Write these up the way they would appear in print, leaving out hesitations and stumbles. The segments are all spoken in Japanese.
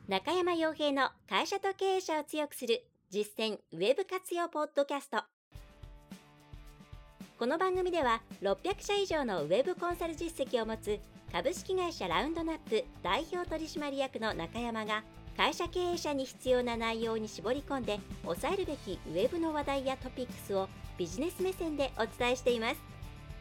中山洋平の会社と経営者を強くする実践ウェブ活用ポッドキャスト。この番組では600社以上のウェブコンサル実績を持つ株式会社ラウンドナップ代表取締役の中山が、会社経営者に必要な内容に絞り込んで抑えるべきウェブの話題やトピックスをビジネス目線でお伝えしています。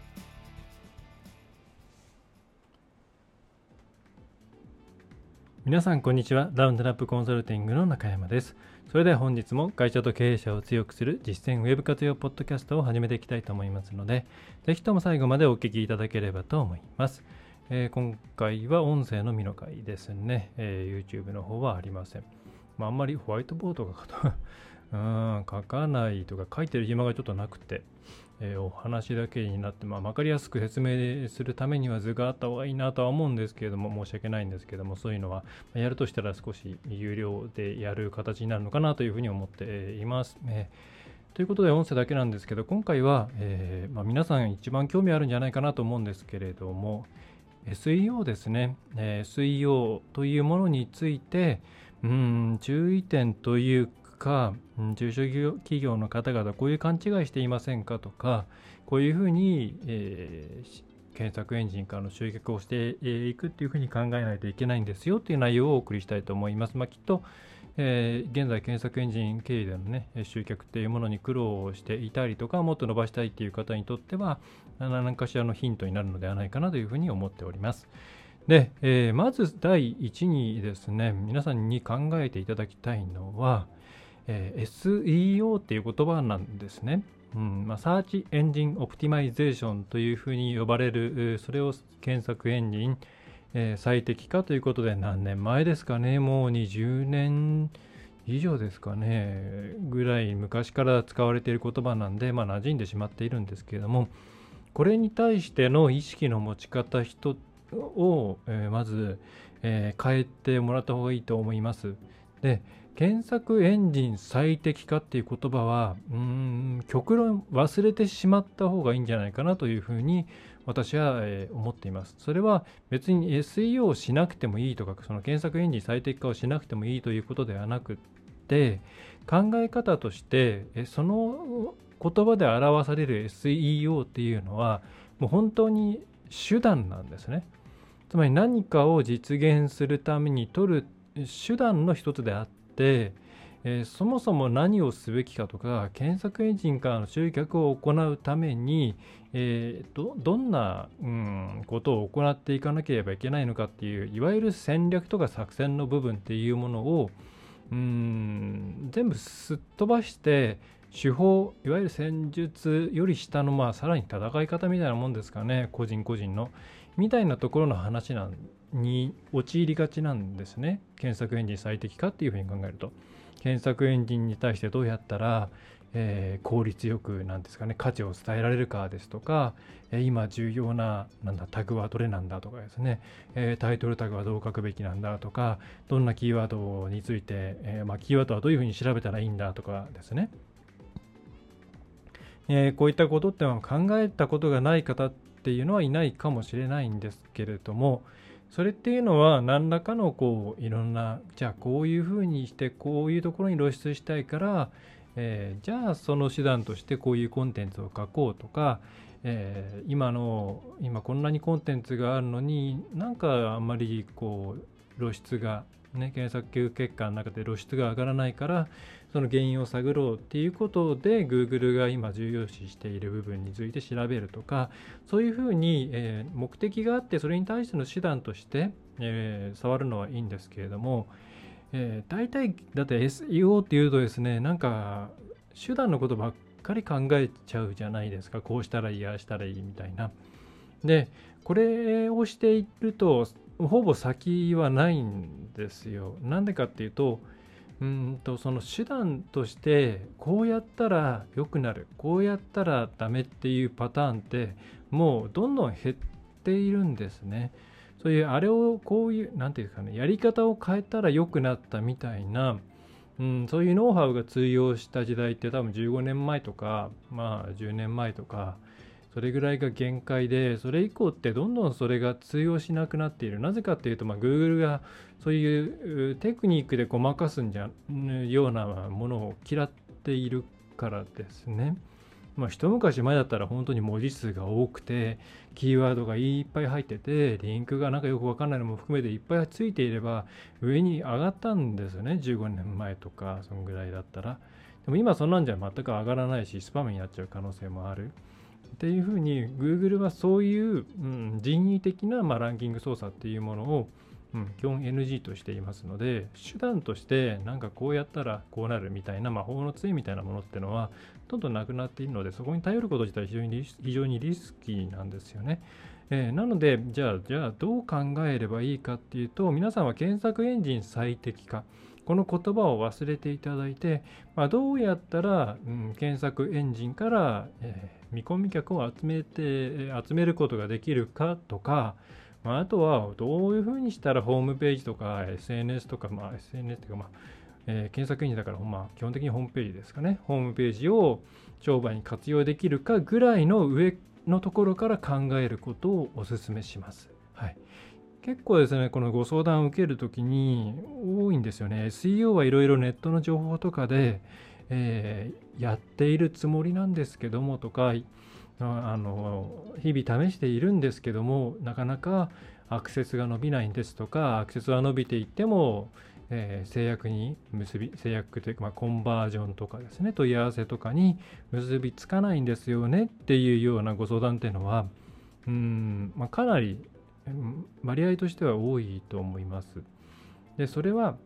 皆さんこんにちは。ラウンドナップコンサルティングの中山です。それでは本日も会社と経営者を強くする実践ウェブ活用ポッドキャストを始めていきたいと思いますので、ぜひとも最後までお聞きいただければと思います。今回は音声のみの回ですね。YouTube の方はありません。あんまりホワイトボードが書かないとか書いてる暇がちょっとなくて、お話だけになって、分かりやすく説明するためには図があった方がいいなとは思うんですけれども、申し訳ないんですけども、そういうのはやるとしたら少し有料でやる形になるのかなというふうに思っています。ということで音声だけなんですけど、今回は、皆さん一番興味あるんじゃないかなと思うんですけれども、SEO ですね。SEO というものについて、注意点というか、中小企業の方々こういう勘違いしていませんかとか、こういうふうに、検索エンジンからの集客をしていくっていうふうに考えないといけないんですよという内容をお送りしたいと思います。きっと、現在検索エンジン経由でのね、集客っていうものに苦労していたりとか、もっと伸ばしたいっていう方にとっては何かしらのヒントになるのではないかなというふうに思っております。で、まず第一にですね、皆さんに考えていただきたいのは、SEO っていう言葉なんですね。サーチエンジンオプティマイゼーションというふうに呼ばれる、それを検索エンジン、最適化ということで、何年前ですかね、もう20年以上ですかねぐらい昔から使われている言葉なんで、馴染んでしまっているんですけれども、これに対しての意識の持ち方を、まず、変えてもらった方がいいと思います。で、検索エンジン最適化っていう言葉は極論忘れてしまった方がいいんじゃないかなというふうに私は思っています。それは別に SEO をしなくてもいいとか、その検索エンジン最適化をしなくてもいいということではなくて、考え方としてその言葉で表される SEO っていうのはもう本当に手段なんですね。つまり何かを実現するために取る手段の一つであって、そもそも何をすべきかとか、検索エンジンからの集客を行うために、どんな、ことを行っていかなければいけないのかっていう、いわゆる戦略とか作戦の部分っていうものを全部すっ飛ばして、手法、いわゆる戦術より下のさらに戦い方みたいなもんですかね、個人個人のみたいなところの話に陥りがちなんですね。検索エンジン最適化っていうふうに考えると、検索エンジンに対してどうやったら、効率よくなんですかね、価値を伝えられるかですとか、今重要なタグはどれなんだとかですね、タイトルタグはどう書くべきなんだとか、どんなキーワードについて、キーワードはどういうふうに調べたらいいんだとかですね、こういったことって考えたことがない方っていうのはいないかもしれないんですけれども、それっていうのは何らかのいろんな、じゃあこういうふうにしてこういうところに露出したいから、じゃあその手段としてこういうコンテンツを書こうとか、今こんなにコンテンツがあるのになんかあんまり露出が検索結果の中で露出が上がらないから、その原因を探ろうっていうことで Google が今重要視している部分について調べるとか、そういうふうに、目的があってそれに対しての手段として、触るのはいいんですけれども、大体だって SEO っていうとですね、なんか手段のことばっかり考えちゃうじゃないですか。こうしたらいい、ああしたらいいみたいな。で、これをしているとほぼ先はないんですよ。なんでかっていうと、その手段としてこうやったら良くなる、こうやったらダメっていうパターンってもうどんどん減っているんですね。そういうあれをこういうなんていうかね、やり方を変えたら良くなったみたいな、そういうノウハウが通用した時代って多分15年前とか10年前とか、 それぐらいが限界で、それ以降ってどんどんそれが通用しなくなっている。なぜかっていうと、Google がそういうテクニックでごまかすようなものを嫌っているからですね。一昔前だったら本当に文字数が多くて、キーワードがいっぱい入ってて、リンクがなんかよくわかんないのも含めていっぱいついていれば上に上がったんですよね。15年前とかそのぐらいだったら。でも今そんなんじゃ全く上がらないし、スパムになっちゃう可能性もあるっていうふうに、 Google はそういう、人為的な、ランキング操作っていうものを、基本 NG としていますので、手段としてなんかこうやったらこうなるみたいな魔法の杖みたいなものってのはどんどんなくなっているので、そこに頼ること自体非常にリスキーなんですよね。なのでじゃあどう考えればいいかっていうと、皆さんは検索エンジン最適化、この言葉を忘れていただいて、どうやったら、検索エンジンから、見込み客を集めることができるかとか、あとはどういうふうにしたらホームページとか SNS とか、SNS というか、検索エンジンだから、基本的にホームページですかね。ホームページを商売に活用できるかぐらいの上のところから考えることをお勧めします。はい。結構ですね、このご相談を受けるときに多いんですよね。SEO はいろいろネットの情報とかで、やっているつもりなんですけどもとか、日々試しているんですけども、なかなかアクセスが伸びないんですとか、アクセスは伸びていっても、制約というか、コンバージョンとかですね、問い合わせとかに結びつかないんですよねっていうようなご相談っていうのは、かなり割合としては多いと思います。で、それは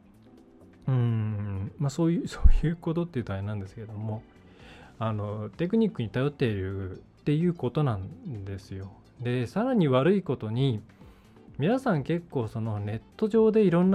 そういうことっていうとあれなんですけども、テクニックに頼っているっていうことなんですよ。で、さらに悪いことに、皆さん結構そのネット上でいろんな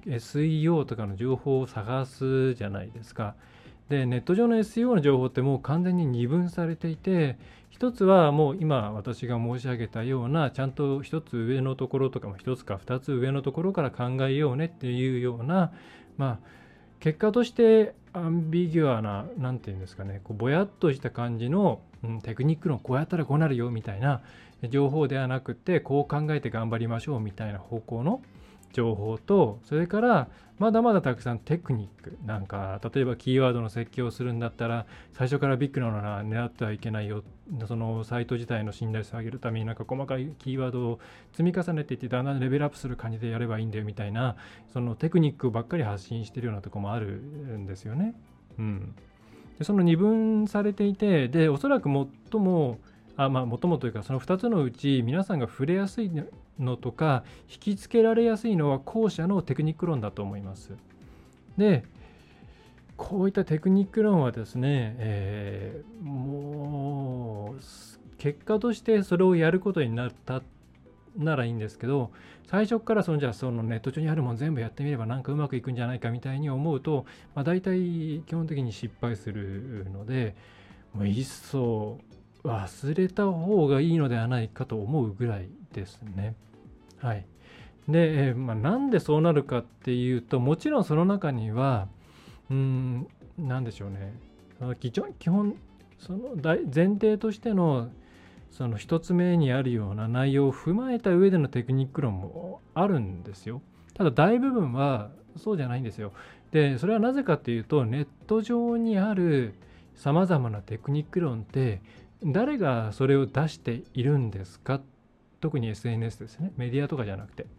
SEO とかの情報を探すじゃないですか。で、ネット上の SEO の情報ってもう完全に二分されていて、一つはもう今私が申し上げたような、ちゃんと一つ上のところとかも一つか二つ上のところから考えようねっていうような、結果としてアンビギュアな、なんていうんですかね、ぼやっとした感じの、テクニック論こうやったらこうなるよみたいな情報ではなくて、こう考えて頑張りましょうみたいな方向の情報と、それからまだまだたくさんテクニック、なんか例えばキーワードの設計をするんだったら、最初からビッグなのは狙ってはいけないよ、そのサイト自体の信頼性を上げるためになんか細かいキーワードを積み重ねていって、だんだんレベルアップする感じでやればいいんだよみたいな、そのテクニックばっかり発信しているようなところもあるんですよね。で、その二分されていて、で、おそらく最もというか、その2つのうち皆さんが触れやすいのとか引きつけられやすいのは後者のテクニック論だと思います。で、こういったテクニック論はですね、もう結果としてそれをやることになったならいいんですけど、最初からそのネット上にあるもの全部やってみればなんかうまくいくんじゃないかみたいに思うと、大体基本的に失敗するので、もういっそ忘れた方がいいのではないかと思うぐらいですね。はい。で、なんでそうなるかっていうと、もちろんその中にはなんでしょうね、基本その前提としてのその一つ目にあるような内容を踏まえた上でのテクニック論もあるんですよ。ただ大部分はそうじゃないんですよ。で、それはなぜかっていうと、ネット上にあるさまざまなテクニック論って誰がそれを出しているんですか。特に SNS ですね。メディアとかじゃなくて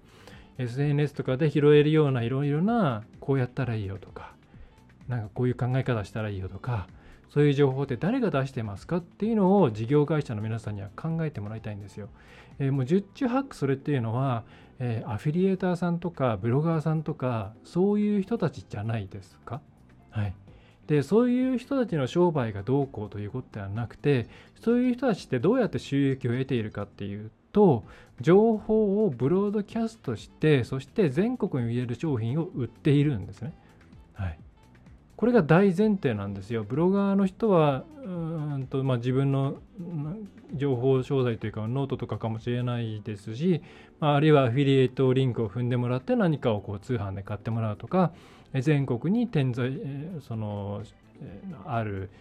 SNS とかで拾えるようないろいろな、こうやったらいいよとか、なんかこういう考え方したらいいよとか、そういう情報って誰が出してますかっていうのを事業会社の皆さんには考えてもらいたいんですよ。もう十中八九それっていうのは、アフィリエーターさんとかブロガーさんとかそういう人たちじゃないですか。はい。で、そういう人たちの商売がどうこうということではなくて、そういう人たちってどうやって収益を得ているかっていうと、情報をブロードキャストして、そして全国に売れる商品を売っているんですね。はい。これが大前提なんですよ。ブロガーの人は自分の情報商材というかノートとかかもしれないですし、あるいはアフィリエイトリンクを踏んでもらって何かを通販で買ってもらうとか、全国にある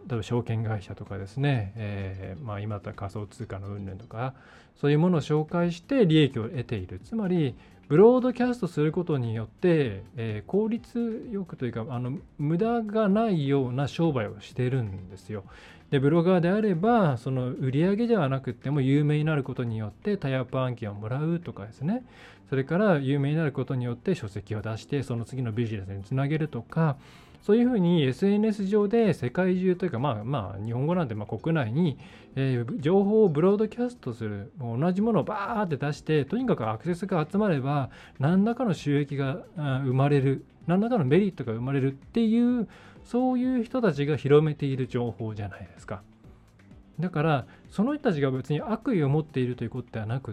例えば証券会社とかですね、今だったら仮想通貨の云々とかそういうものを紹介して利益を得ている。つまりブロードキャストすることによって、効率よくというか無駄がないような商売をしているんですよ。でブロガーであればその売り上げではなくても有名になることによってタイアップ案件をもらうとかですね、それから有名になることによって書籍を出してその次のビジネスにつなげるとか、そういうふうに SNS 上で世界中というか日本語なんで国内に、情報をブロードキャストする、同じものをバーって出してとにかくアクセスが集まれば何らかの収益が生まれる、何らかのメリットが生まれるっていう、そういう人たちが広めている情報じゃないですか。だからその人たちが別に悪意を持っているということではなくって、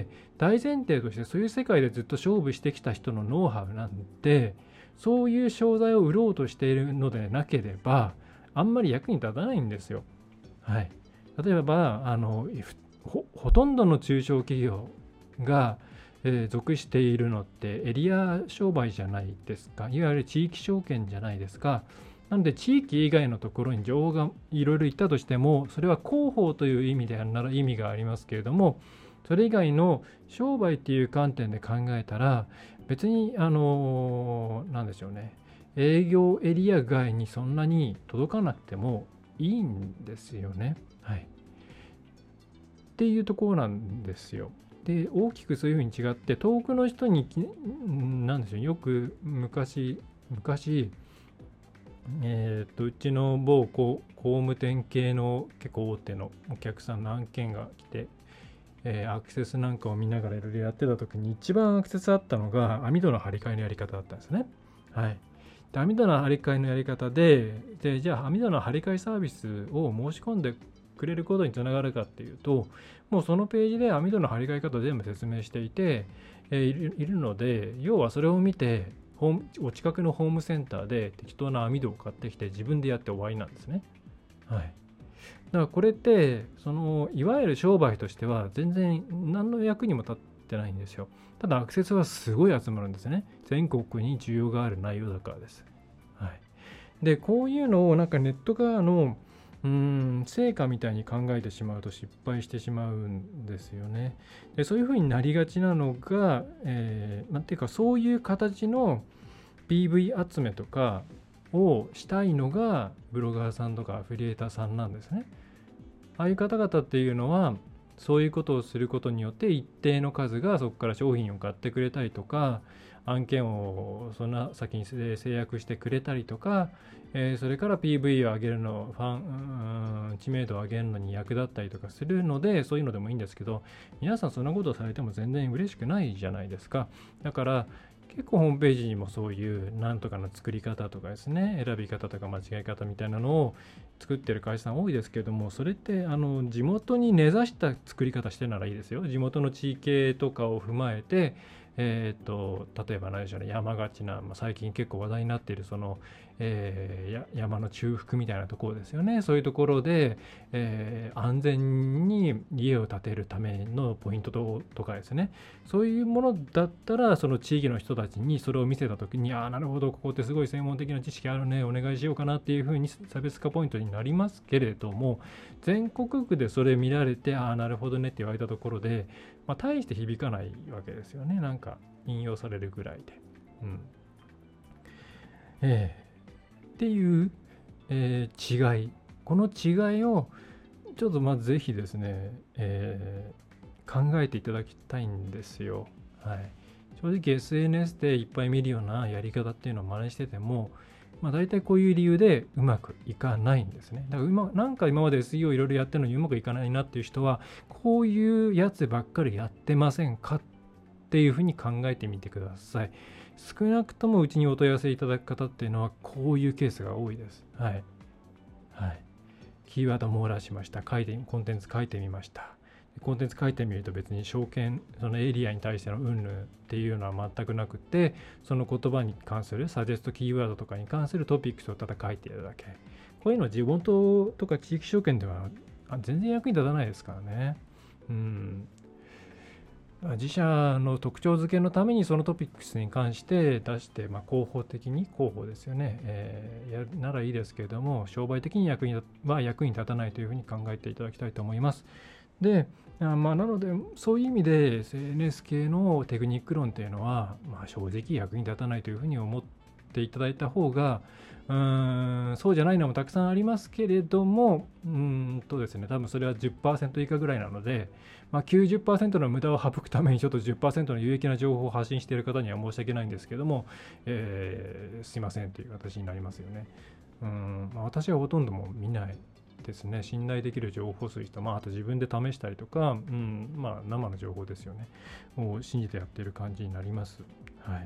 大前提としてそういう世界でずっと勝負してきた人のノウハウなんで、そういう商材を売ろうとしているのでなければあんまり役に立たないんですよ。はい、例えばほとんどの中小企業が、属しているのってエリア商売じゃないですか。いわゆる地域証券じゃないですか。なので地域以外のところに情報がいろいろ行ったとしても、それは広報という意味であるなら意味がありますけれども、それ以外の商売っていう観点で考えたら別になんでしょうね、営業エリア外にそんなに届かなくてもいいんですよね。はい。っていうところなんですよ。で、大きくそういうふうに違って、遠くの人になんでしょう、よく昔うちの某工務店系の結構大手のお客さんの案件が来て、アクセスなんかを見ながらいろいろやってた時に一番アクセスあったのが網戸の張り替えのやり方だったんですね。はい。で、網戸の張り替えのやり方で、じゃあ網戸の張り替えサービスを申し込んでくれることにつながるかっていうと、もうそのページで網戸の張り替え方全部説明していて、いるので、要はそれを見てお近くのホームセンターで適当な網戸を買ってきて自分でやって終わりなんですね。はい。だからこれっていわゆる商売としては全然何の役にも立ってないんですよ。ただアクセスはすごい集まるんですね。全国に需要がある内容だからです。はい。でこういうのをネット側の成果みたいに考えてしまうと失敗してしまうんですよね。でそういうふうになりがちなのが、っていうかそういう形の PV 集めとかをしたいのがブロガーさんとかアフィリエーターさんなんですね。ああいう方々っていうのはそういうことをすることによって一定の数がそこから商品を買ってくれたりとか、案件をその先に制約してくれたりとか、それから PV を上げるの、知名度を上げるのに役立ったりとかするので、そういうのでもいいんですけど、皆さんそんなことをされても全然嬉しくないじゃないですか。だから結構ホームページにもそういうなんとかの作り方とかですね、選び方とか間違い方みたいなのを作ってる会社さん多いですけども、それって地元に根ざした作り方してるならいいですよ。地元の地形とかを踏まえて、例えば何でしょうね、山がちな、最近結構話題になっている山の中腹みたいなところですよね。そういうところで、安全に家を建てるためのポイントとかですね、そういうものだったらその地域の人たちにそれを見せた時に、なるほど、ここってすごい専門的な知識あるね、お願いしようかなっていうふうに差別化ポイントになりますけれども、全国区でそれ見られてなるほどねって言われたところで、大して響かないわけですよね。なんか引用されるぐらいで。っていう、違い。この違いをちょっとぜひですね、考えていただきたいんですよ。はい。正直 SNS でいっぱい見るようなやり方っていうのを真似してても、大体こういう理由でうまくいかないんですね。だからなんか今まで SEO いろいろやってるのにうまくいかないなっていう人は、こういうやつばっかりやってませんかっていうふうに考えてみてください。少なくともうちにお問い合わせいただく方っていうのはこういうケースが多いです。はい。はい。キーワード網羅しました。コンテンツ書いてみました。コンテンツ書いてみると別に証券、そのエリアに対しての云々っていうのは全くなくて、その言葉に関するサジェストキーワードとかに関するトピックスをただ書いているだけ。こういうのは地元とか地域証券では全然役に立たないですからね。 自社の特徴付けのためにそのトピックスに関して出して、広報的に広報ですよね、やるならいいですけれども、商売的に役に立たないというふうに考えていただきたいと思います。で、なのでそういう意味で SNS 系のテクニック論というのは、正直役に立たないというふうに思っていただいた方が、そうじゃないのもたくさんありますけれども、ですね、多分それは 10% 以下ぐらいなので、90% の無駄を省くためにちょっと 10% の有益な情報を発信している方には申し訳ないんですけども、すいませんという形になりますよね。私はほとんども見ないですね。信頼できる情報筋と、あと自分で試したりとか、生の情報ですよね、を信じてやっている感じになります。はい。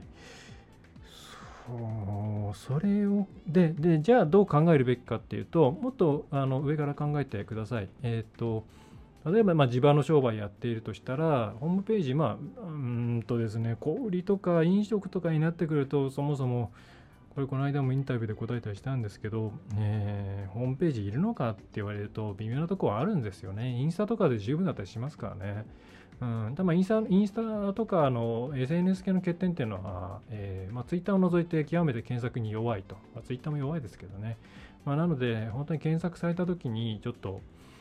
それをでじゃあどう考えるべきかっていうと、もっと上から考えてください。例えば地場の商売やっているとしたら、ホームページですね、小売りとか飲食とかになってくると、そもそもこの間もインタビューで答えたりしたんですけど、ホームページいるのかって言われると微妙なところはあるんですよね。インスタとかで十分だったりしますからね。ただインスタとかSNS 系の欠点っていうのは、ツイッターを除いて極めて検索に弱いと。ツイッターも弱いですけどね。なので、本当に検索されたときに、ちょっと、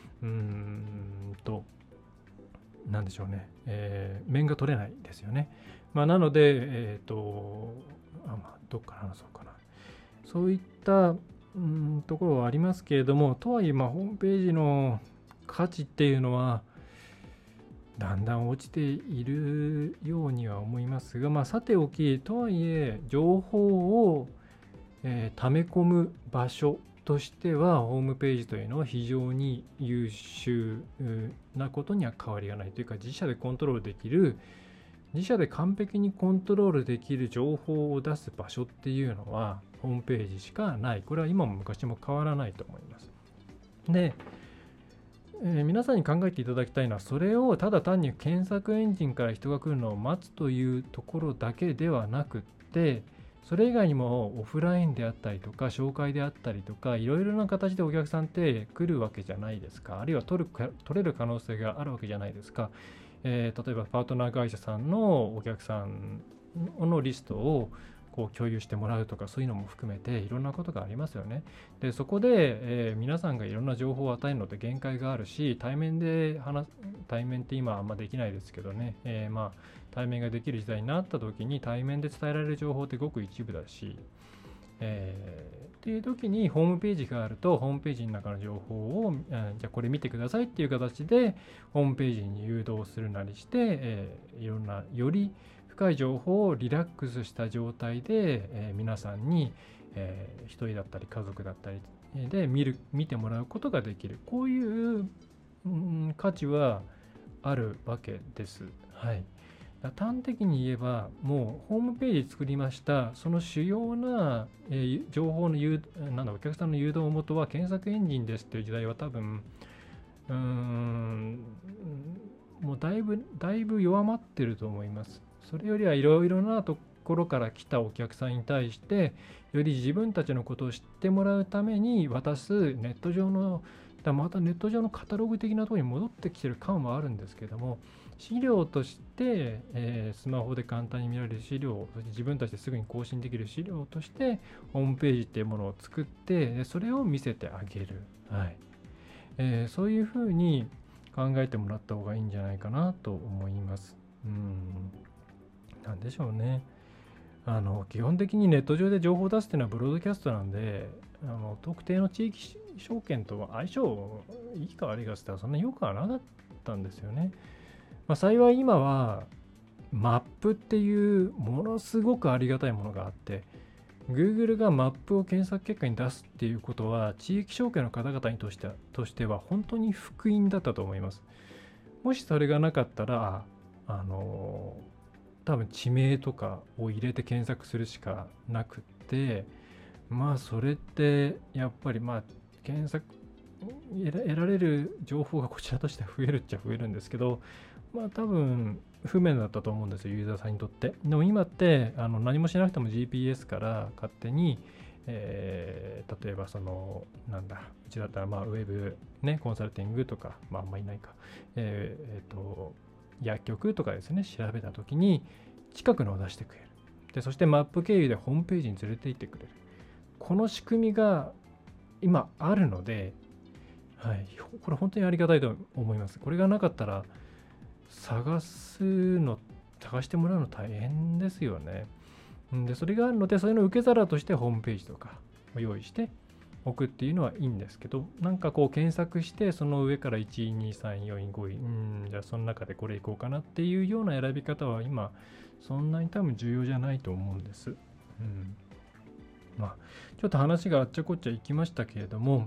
なんでしょうね、面が取れないですよね。なので、どっから話そうかな。そういったところはありますけれども、とはいえ、ホームページの価値っていうのは、だんだん落ちているようには思いますが、さておき、とはいえ情報を、溜め込む場所としてはホームページというのは非常に優秀なことには変わりがないというか、自社でコントロールできる、自社で完璧にコントロールできる情報を出す場所っていうのはホームページしかない。これは今も昔も変わらないと思います。で、皆さんに考えていただきたいのは、それをただ単に検索エンジンから人が来るのを待つというところだけではなくって、それ以外にもオフラインであったりとか紹介であったりとか、いろいろな形でお客さんって来るわけじゃないですか。あるいは取れる可能性があるわけじゃないですか。例えばパートナー会社さんのお客さんのリストを共有してもらうとか、そういうのも含めていろんなことがありますよね。でそこで、皆さんがいろんな情報を与えるので限界があるし、対面って今あんまできないですけどね、対面ができる時代になった時に対面で伝えられる情報ってごく一部だし、っていう時にホームページがあると、ホームページの中の情報を、じゃあこれ見てくださいっていう形でホームページに誘導するなりして、いろんなより深い情報をリラックスした状態で、皆さんに、一人だったり家族だったりで見てもらうことができる。こういう、価値はあるわけです。はい。端的に言えば、もうホームページ作りました。その主要な、情報のお客さんの誘導元は検索エンジンですっていう時代は多分、もうだいぶ弱まってると思います。それよりはいろいろなところから来たお客さんに対して、より自分たちのことを知ってもらうために渡すネット上のカタログ的なところに戻ってきてる感はあるんですけども、資料として、スマホで簡単に見られる資料、そして自分たちですぐに更新できる資料としてホームページっていうものを作って、それを見せてあげる、そういうふうに考えてもらった方がいいんじゃないかなと思います。なんでしょうね。基本的にネット上で情報を出すっていうのはブロードキャストなんで、特定の地域証券と相性いいか悪いかって言ったらそんな良くはなかったんですよね。幸い今はマップっていうものすごくありがたいものがあって、Google がマップを検索結果に出すっていうことは地域証券の方々にとしては本当に福音だったと思います。もしそれがなかったら多分地名とかを入れて検索するしかなくって、それってやっぱり検索得られる情報がこちらとして増えるっちゃ増えるんですけど、多分不便だったと思うんですよ、ユーザーさんにとって。でも今って何もしなくても GPS から勝手に、例えばうちだったらウェブ、コンサルティングとか、あんまりないか、 薬局とかですね、調べた時に近くのを出してくれる。で、そしてマップ経由でホームページに連れて行ってくれる。この仕組みが今あるので、はい、これ本当にありがたいと思います。これがなかったら探してもらうの大変ですよね。で、それがあるので、それの受け皿としてホームページとかを用意しておくっていうのはいいんですけど、なんかこう検索して、その上から1位、2位、3位、4位、5位、じゃあその中でこれいこうかなっていうような選び方は今、そんなに多分重要じゃないと思うんです。まあ、ちょっと話があっちゃこっちゃいきましたけれども、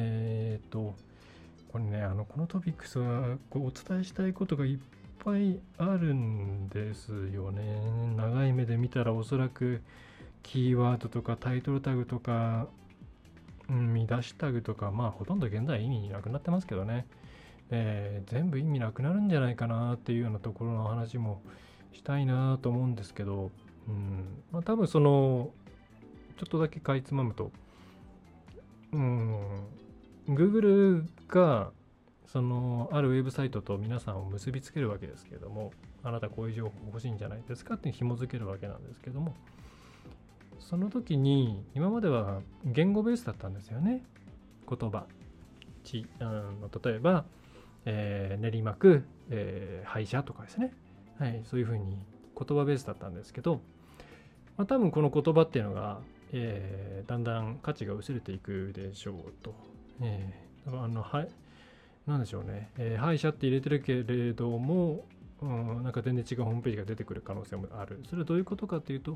これね、このトピックスはお伝えしたいことがいっぱいあるんですよね。長い目で見たらおそらくキーワードとかタイトルタグとか、見出しタグとか、まあほとんど現在意味なくなってますけどね、全部意味なくなるんじゃないかなっていうようなところの話もしたいなと思うんですけど、多分そのちょっとだけかいつまむと、Google がそのあるウェブサイトと皆さんを結びつけるわけですけれども、あなたこういう情報欲しいんじゃないですかって紐づけるわけなんですけども、その時に今までは言語ベースだったんですよね。言葉例えば、練馬区、廃車とかですね、はい、そういうふうに言葉ベースだったんですけど、多分この言葉っていうのが、だんだん価値が薄れていくでしょうと。なんでしょうね、歯医者って入れてるけれども、なんか全然違うホームページが出てくる可能性もある。それはどういうことかというと、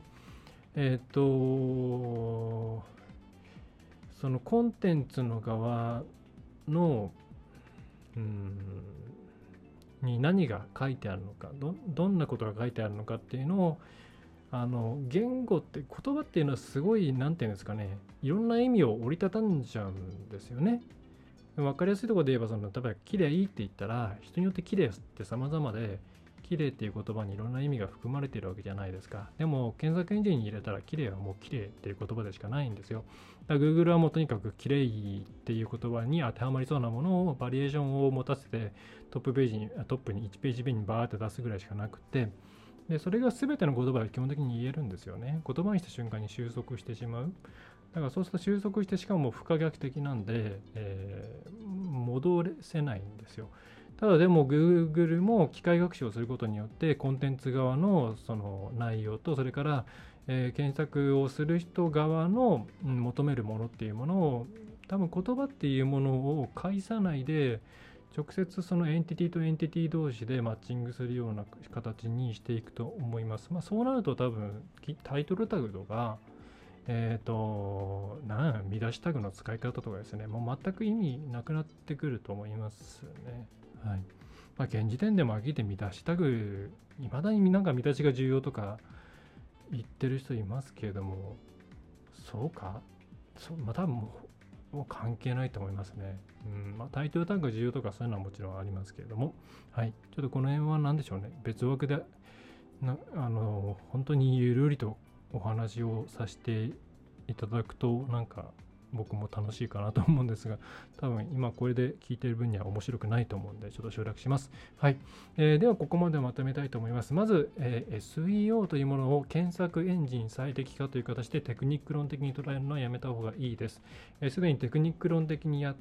そのコンテンツの側のに何が書いてあるのか、どんなことが書いてあるのかっていうのを、言語って言葉っていうのはすごいなんていうんですかね、いろんな意味を折りたたんじゃうんですよね。分かりやすいところで言えば、例えば綺麗って言ったら、人によって綺麗って様々で、綺麗っていう言葉にいろんな意味が含まれているわけじゃないですか。でも検索エンジンに入れたら綺麗はもう綺麗っていう言葉でしかないんですよ。だから Google はもうとにかく綺麗っていう言葉に当てはまりそうなものをバリエーションを持たせてトップに1ページ目にバーって出すぐらいしかなくて、でそれが全ての言葉が基本的に言えるんですよね。言葉にした瞬間に収束してしまう。だからそうすると収束して、しかも不可逆的なんで、戻せないんですよ。ただでも Google も機械学習をすることによってコンテンツ側のその内容と、それから、検索をする人側の求めるものっていうものを、多分言葉っていうものを介さないで直接そのエンティティとエンティティ同士でマッチングするような形にしていくと思います。そうなると多分タイトルタグとか見出しタグの使い方とかですね、もう全く意味なくなってくると思いますね。はい。現時点でも飽きて見出しタグ、いまだになんか見出しが重要とか言ってる人いますけれども、そうか多分もう関係ないと思いますね。タイトルタグが重要とかそういうのはもちろんありますけれども、はい。ちょっとこの辺は何でしょうね。別枠で本当にゆるりとお話をさせていただくと、なんか僕も楽しいかなと思うんですが、多分今これで聞いている分には面白くないと思うんで、ちょっと省略します。はい。ではここまでまとめたいと思います。まず、SEO というものを検索エンジン最適化という形でテクニック論的に捉えるのはやめた方がいいです。すでにテクニック論的にやって、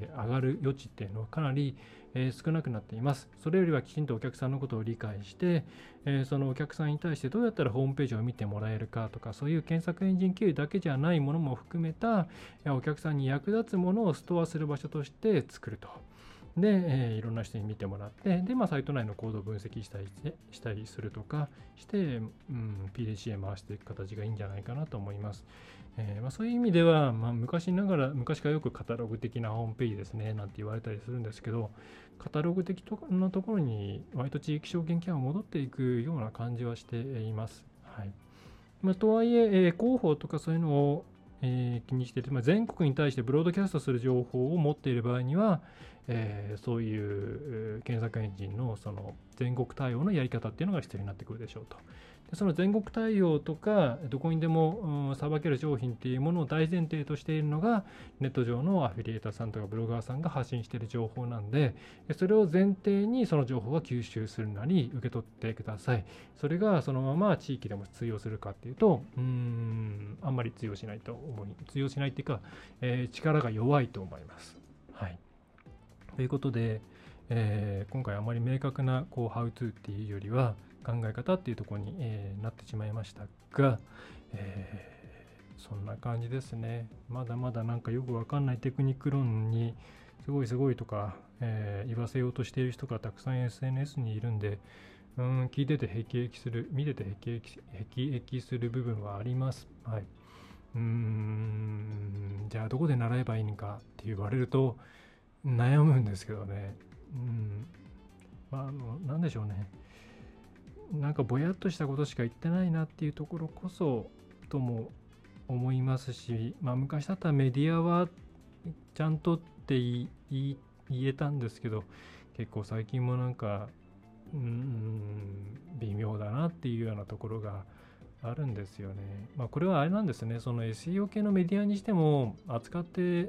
上がる余地っていうのはかなり少なくなっています。それよりはきちんとお客さんのことを理解して、そのお客さんに対してどうやったらホームページを見てもらえるかとか、そういう検索エンジン経由だけじゃないものも含めたお客さんに役立つものをストアする場所として作ると。で、いろんな人に見てもらって、で、サイト内のコードを分析したりするとかして、PDCA 回していく形がいいんじゃないかなと思います。そういう意味では、昔からよくカタログ的なホームページですねなんて言われたりするんですけど、カタログ的なところに割と地域証券キャンが戻っていくような感じはしています。はい。とはいえ、広報とかそういうのを気にしていて、全国に対してブロードキャストする情報を持っている場合には、そういう検索エンジンのその全国対応のやり方っていうのが必要になってくるでしょうと。でその全国対応とかどこにでもさばける商品っていうものを大前提としているのがネット上のアフィリエイターさんとかブロガーさんが発信している情報なんで、それを前提にその情報は吸収するなり受け取ってください。それがそのまま地域でも通用するかっていうとあんまり通用しないっていうか、力が弱いと思います。はい。ということで、今回あまり明確なハウトゥーっていうよりは考え方っていうところに、なってしまいましたが、そんな感じですね。まだまだなんかよくわかんないテクニック論にすごいとか、言わせようとしている人がたくさん SNS にいるんで、聞いてて辟易する、見てて辟易する部分はあります。はい。じゃあどこで習えばいいのかって言われると悩むんですけどね。なんでしょうね。なんかぼやっとしたことしか言ってないなっていうところこそとも思いますし、昔だったらメディアはちゃんとって言えたんですけど、結構最近もなんか微妙だなっていうようなところがあるんですよね。これはあれなんですね。その SEO 系のメディアにしても扱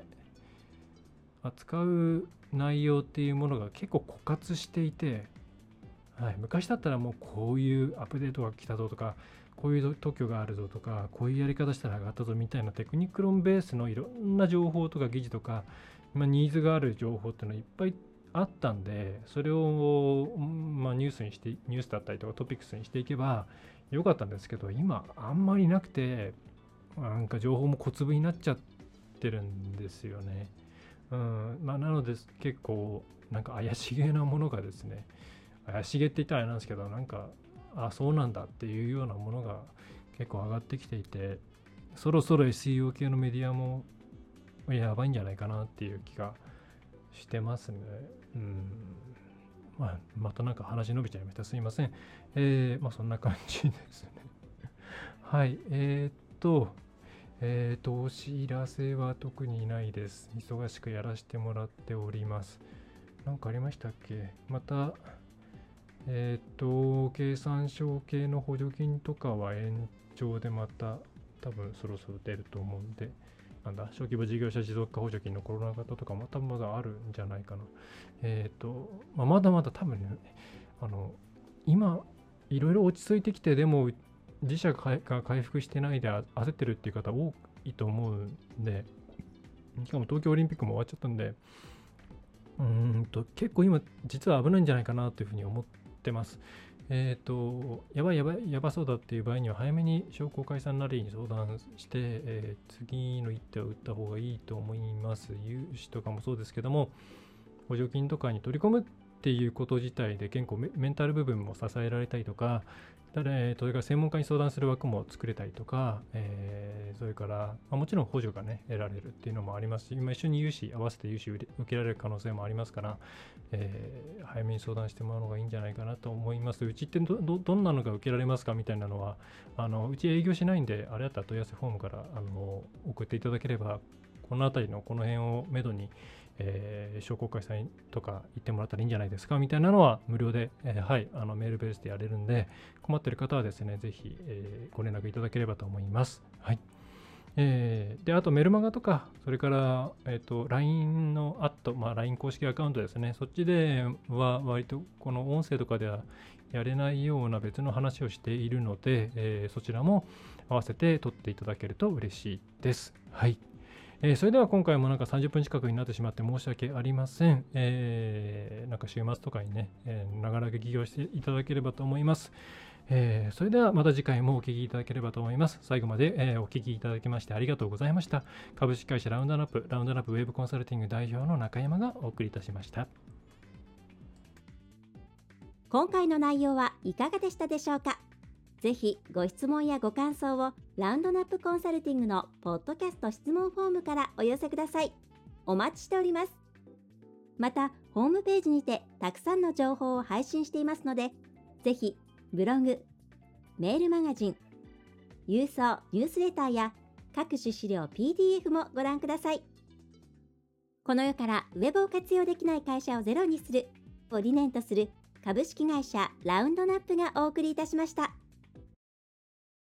う内容っていうものが結構枯渇していて、昔だったらもうこういうアップデートが来たぞとか、こういう特許があるぞとか、こういうやり方したら上がったぞみたいなテクニック論ベースのいろんな情報とか技術とか、ニーズがある情報っていうのはいっぱいあったんで、それを、ニュースだったりとかトピックスにしていけばよかったんですけど、今あんまりなくて、なんか情報も小粒になっちゃってるんですよね。なので結構なんか怪しげなものがですね、怪しげって言ったらあれなんですけど、なんかそうなんだっていうようなものが結構上がってきていて、そろそろ SEO 系のメディアもやばいんじゃないかなっていう気がしてますね。またなんか話伸びちゃいました。すいません。そんな感じですね。はい。お知らせは特にないです。忙しくやらせてもらっております。なんかありましたっけ？また、経産省系の補助金とかは延長でまた多分そろそろ出ると思うんで、小規模事業者持続化補助金のコロナ型とかまだあるんじゃないかな。まだまだ多分ね、今いろいろ落ち着いてきて、でも自社が回復してないで焦ってるっていう方多いと思うんで、しかも東京オリンピックも終わっちゃったんで、結構今実は危ないんじゃないかなというふうに思ってます。やばそうだっていう場合には早めに商工会さんなりに相談して、次の一手を打った方がいいと思います。融資とかもそうですけども、補助金とかに取り込むっていうこと自体で結構メンタル部分も支えられたりとか、それから専門家に相談する枠も作れたりとか、それから、もちろん補助がね得られるっていうのもありますし、今一緒に合わせて融資受けられる可能性もありますから、早めに相談してもらうのがいいんじゃないかなと思います。うちってどんなのが受けられますかみたいなのは、うち営業しないんで、あれだったら問い合わせフォームから送っていただければ、この辺りのこの辺をめどに商工会さんとか行ってもらったらいいんじゃないですかみたいなのは無料で、メールベースでやれるんで、困っている方はですね、ぜひ、ご連絡いただければと思います。はい。で、あとメルマガとか、それから、LINE のLINE 公式アカウントですね、そっちでは割とこの音声とかではやれないような別の話をしているので、そちらも合わせて取っていただけると嬉しいです。はい。それでは今回もなんか30分近くになってしまって申し訳ありません。なんか週末とかにね、ながら聞きをしていただければと思います。それではまた次回もお聞きいただければと思います。最後まで、お聞きいただきましてありがとうございました。株式会社ラウンドナップウェブコンサルティング代表の中山がお送りいたしました。 今回の内容はいかがでしたでしょうか？ぜひご質問やご感想をラウンドナップコンサルティングのポッドキャスト質問フォームからお寄せください。お待ちしております。また、ホームページにてたくさんの情報を配信していますので、ぜひブログ、メールマガジン、郵送ニュースレターや各種資料 PDF もご覧ください。この世からウェブを活用できない会社をゼロにするを理念とする株式会社ラウンドナップがお送りいたしました。